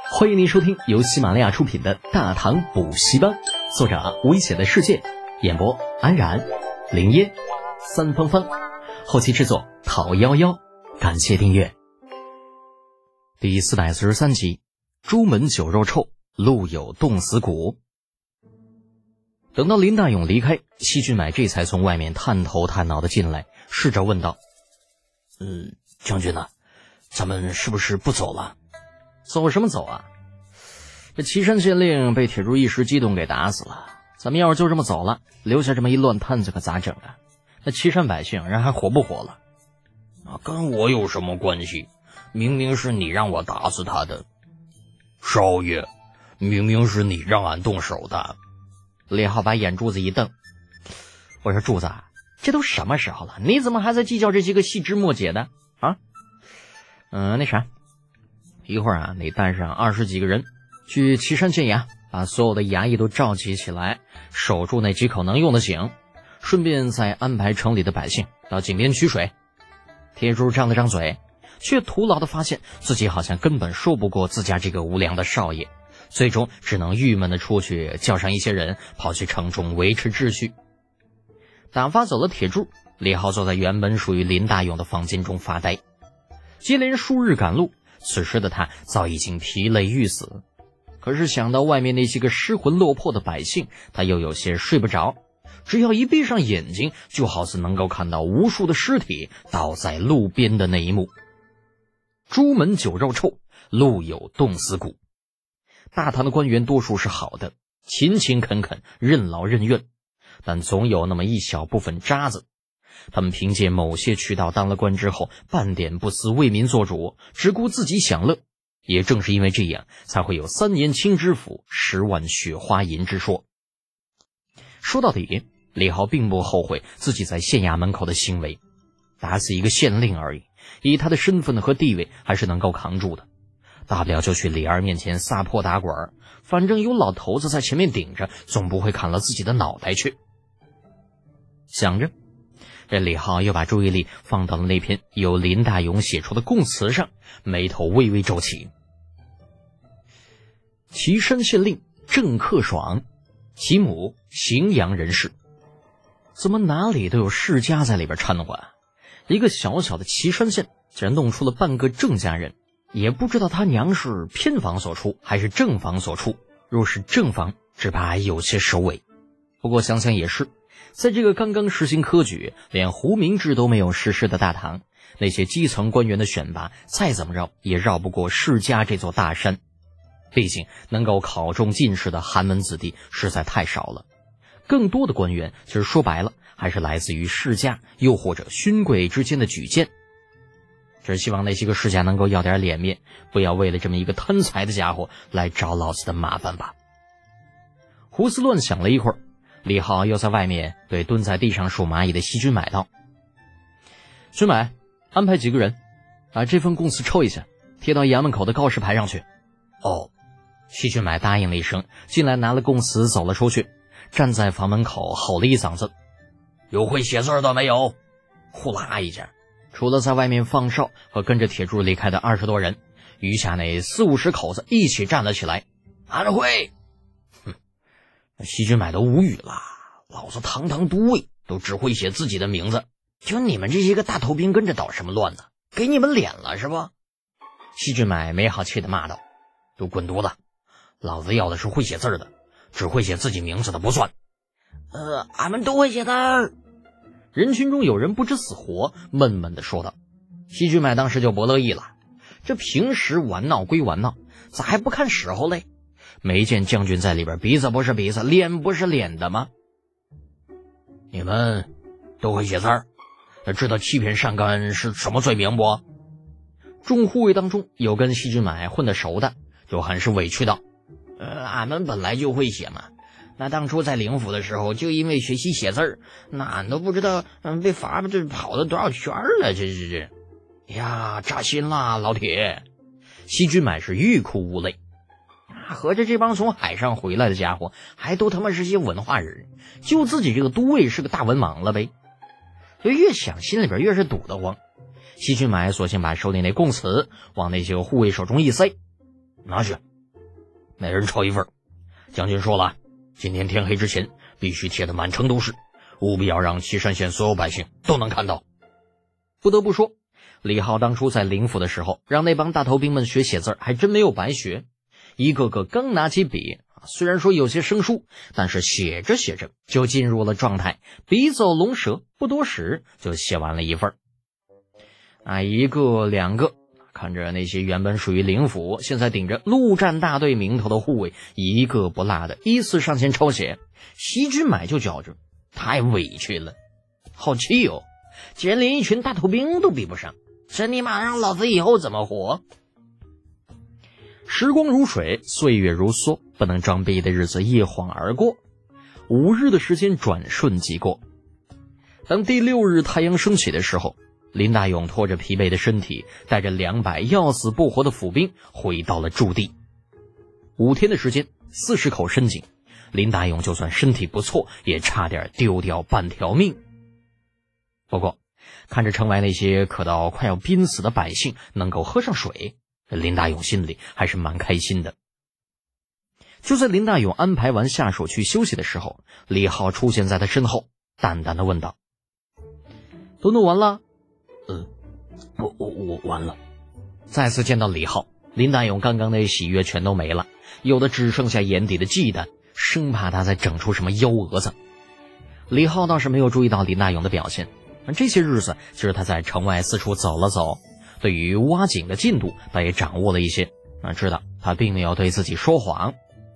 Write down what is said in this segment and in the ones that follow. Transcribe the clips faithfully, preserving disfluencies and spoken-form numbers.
欢迎您收听由喜马拉雅出品的《大唐补习班》，作者危险的世界，演播安然、林烟、三芳芳，后期制作陶幺幺。感谢订阅。第四百四十三集，朱门酒肉臭，路有冻死骨。等到林大勇离开，西俊买这才从外面探头探脑的进来，试着问道： 嗯，将军啊，咱们是不是不走了？ 走什么走啊？这岐山县令被铁柱一时激动给打死了，咱们要是就这么走了，留下这么一乱摊子可咋整啊？那岐山百姓人还活不活了？ 啊，跟我有什么关系？明明是你让我打死他的。少爷，明明是你让俺动手的。 李浩把眼珠子一瞪，我说柱子，这都什么时候了，你怎么还在计较这些个细枝末节的啊？嗯，那啥，一会儿啊，你带上二十几个人去岐山县衙，把所有的衙役都召集起来，守住那几口能用的井，顺便再安排城里的百姓到井边取水。铁柱张了张嘴，却徒劳地发现自己好像根本说不过自家这个无良的少爷，最终只能郁闷地出去叫上一些人跑去城中维持秩序。打发走了铁柱，李浩坐在原本属于林大勇的房间中发呆。接连数日赶路，此时的他早已经疲累欲死，可是想到外面那些个失魂落魄的百姓，他又有些睡不着。只要一闭上眼睛，就好似能够看到无数的尸体倒在路边的那一幕。朱门酒肉臭，路有冻死骨。大唐的官员多数是好的，勤勤恳恳，任劳任怨，但总有那么一小部分渣子，他们凭借某些渠道当了官之后，半点不思为民做主，只顾自己享乐。也正是因为这样，才会有三年清知府，十万雪花银之说。说到底，李浩并不后悔自己在县衙门口的行为，打死一个县令而已，以他的身份和地位还是能够扛住的。大不了就去李二面前撒泼打滚，反正有老头子在前面顶着，总不会砍了自己的脑袋去。想着，这李浩又把注意力放到了那篇由林大勇写出的供词上，眉头微微皱起。岐山县令郑克爽，其母荥阳人士。怎么哪里都有世家在里边掺和？一个小小的岐山县竟然弄出了半个郑家人，也不知道他娘是偏房所出还是正房所出。若是正房，只怕还有些首尾。不过想想也是，在这个刚刚实行科举，连胡明制都没有实施的大唐，那些基层官员的选拔再怎么绕也绕不过世家这座大山。毕竟能够考中进士的寒门子弟实在太少了，更多的官员其实说白了还是来自于世家又或者勋贵之间的举荐。只希望那些个世家能够要点脸面，不要为了这么一个贪财的家伙来找老子的麻烦吧。胡思乱想了一会儿，李浩又在外面对蹲在地上数蚂蚁的西军买道：军买，安排几个人把这份供词抽一下，贴到衙门口的告示牌上去。 哦， 西军买答应了一声，进来拿了供词走了出去，站在房门口吼了一嗓子： 有会写字的没有？ 呼啦一下，除了在外面放哨和跟着铁柱离开的二十多人，余下那四五十口子一起站了起来。 俺会。 哼，西军买都无语了，老子堂堂都尉都只会写自己的名字，就你们这些个大头兵跟着捣什么乱呢？给你们脸了是吧？西军买没好气地骂道：都滚犊子，老子要的是会写字的，只会写自己名字的不算。 呃，俺们都会写的。 人群中有人不知死活，闷闷地说道。西军买当时就不乐意了，这平时玩闹归玩闹，咋还不看时候嘞？没见将军在里边鼻子不是鼻子，脸不是脸的吗？ 你们都会写字儿，知道欺骗善干是什么罪名不？ 众护卫当中有跟西军买混得熟的，就很是委屈道： 呃，俺们本来就会写嘛，那当初在灵府的时候，就因为学习写字儿，那俺都不知道，嗯，被罚这跑了多少圈了，这这这，呀，扎心啦，老铁！ 西军买是欲哭无泪，啊，合着这帮从海上回来的家伙，还都他妈是些文化人，就自己这个都尉是个大文盲了呗？就越想心里边越是堵得慌。西军买索性把手里那供词往那些个护卫手中一塞：拿去， 每人抄一份。将军说了，今天天黑之前必须贴得满城都是，务必要让岐山县所有百姓都能看到。 不得不说，李浩当初在灵府的时候，让那帮大头兵们学写字还真没有白学，一个个刚拿起笔，虽然说有些生疏，但是写着写着就进入了状态，笔走龙蛇，不多时就写完了一份。啊，一个两个，看着那些原本属于灵府，现在顶着陆战大队名头的护卫，一个不落的依次上前抄写。席君买就觉着太委屈了，好气哦，竟然连一群大头兵都比不上，这尼玛让老子以后怎么活？时光如水，岁月如梭，不能装逼的日子一晃而过，五日的时间转瞬即过。当第六日太阳升起的时候，林大勇拖着疲惫的身体，带着两百要死不活的府兵回到了驻地。五天的时间，四十口深井，林大勇就算身体不错，也差点丢掉半条命。不过看着城外那些渴到快要濒死的百姓能够喝上水，林大勇心里还是蛮开心的。就在林大勇安排完下属去休息的时候，李浩出现在他身后，淡淡的问道：都弄完了？ 呃，我我我完了。 再次见到李浩，林大勇刚刚的喜悦全都没了，有的只剩下眼底的忌惮，生怕他再整出什么幺蛾子。李浩倒是没有注意到林大勇的表现，这些日子就是他在城外四处走了走，对于挖井的进度他也掌握了一些，知道他并没有对自己说谎。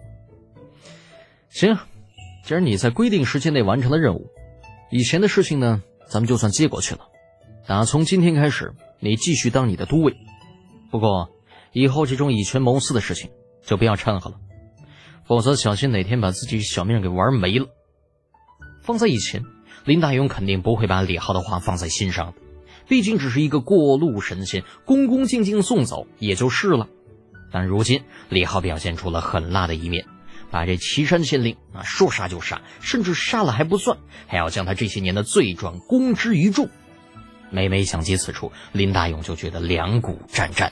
行，既然你在规定时间内完成了任务，以前的事情呢，咱们就算接过去了。打从今天开始，你继续当你的都尉。不过以后这种以权谋私的事情就不要掺和了，否则小心哪天把自己小命给玩没了。放在以前，林大勇肯定不会把李浩的话放在心上的，毕竟只是一个过路神仙，恭恭敬敬送走也就是了。但如今李浩表现出了狠辣的一面，把这岐山县令啊说杀就杀，甚至杀了还不算，还要将他这些年的罪状公之于众。每每想及此处，林大勇就觉得两股战战。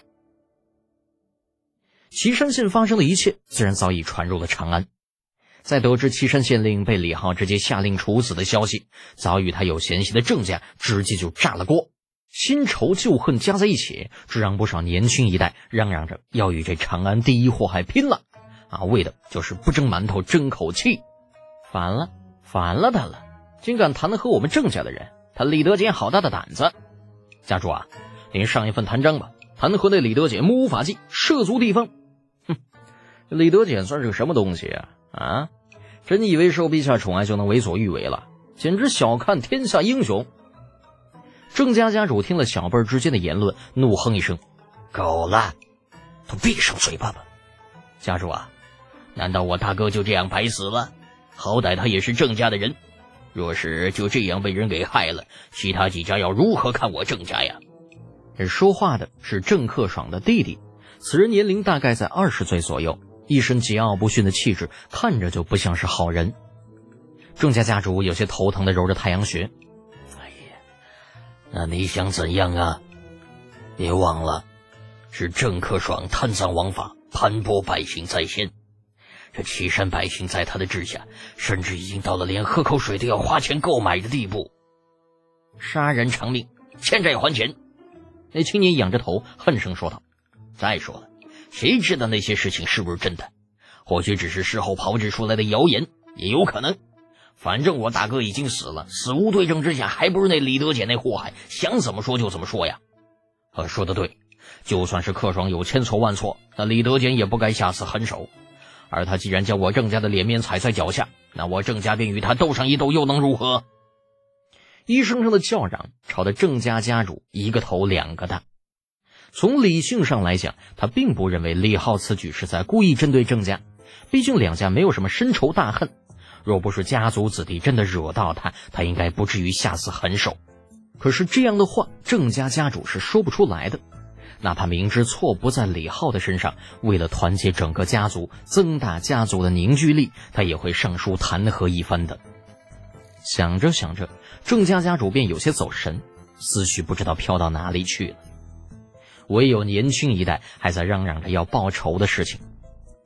岐山县发生的一切自然早已传入了长安，在得知岐山县令被李浩直接下令处死的消息，早与他有嫌隙的郑家直接就炸了锅，新仇旧恨加在一起，这让不少年轻一代嚷嚷着要与这长安第一祸害拼了啊，为的就是不争馒头争口气。反了反了他了，竟敢弹劾我们郑家的人，他李德简好大的胆子！家主啊，您上一份弹章吧，弹劾那李德简目无法纪，涉足地方。哼，李德简算是个什么东西啊？啊，真以为受陛下宠爱就能为所欲为了，简直小看天下英雄！郑家家主听了小辈之间的言论，怒哼一声：够了，都闭上嘴巴吧！家主啊，难道我大哥就这样白死了？好歹他也是郑家的人，若是就这样被人给害了，其他几家要如何看我郑家呀？说话的是郑克爽的弟弟，此人年龄大概在二十岁左右，一身桀骜不驯的气质，看着就不像是好人。郑家家主有些头疼的揉着太阳穴：哎呀，那你想怎样啊？别忘了，是郑克爽贪赃枉法，盘剥百姓在先，这岐山百姓在他的治下，甚至已经到了连喝口水都要花钱购买的地步。杀人偿命，欠债还钱。那青年仰着头恨声说道：再说了，谁知道那些事情是不是真的？或许只是事后炮制出来的谣言，也有可能。反正我大哥已经死了，死无对证之下，还不如那李德简那祸害，想怎么说就怎么说呀。呃，说得对，就算是克爽有千错万错，那李德简也不该下此狠手。而他既然将我郑家的脸面踩在脚下，那我郑家便与他斗上一斗，又能如何？一声声的叫嚷吵得郑家家主一个头两个大。从理性上来讲，他并不认为李浩此举是在故意针对郑家，毕竟两家没有什么深仇大恨，若不是家族子弟真的惹到他，他应该不至于下此狠手。可是这样的话，郑家家主是说不出来的。哪怕明知错不在李浩的身上，为了团结整个家族，增大家族的凝聚力，他也会上书弹劾一番的。想着想着，郑家家主便有些走神，思绪不知道飘到哪里去了。唯有年轻一代还在嚷嚷着要报仇的事情。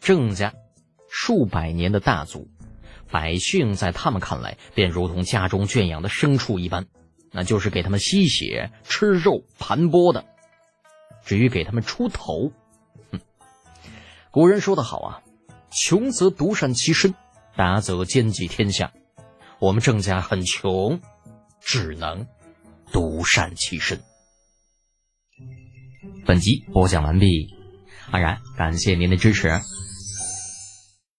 郑家数百年的大族，百姓在他们看来便如同家中圈养的牲畜一般，那就是给他们吸血、吃肉、盘剥的。至于给他们出头，哼，古人说得好啊，穷则独善其身，达则兼济天下。我们郑家很穷，只能独善其身。本集播讲完毕，安然感谢您的支持。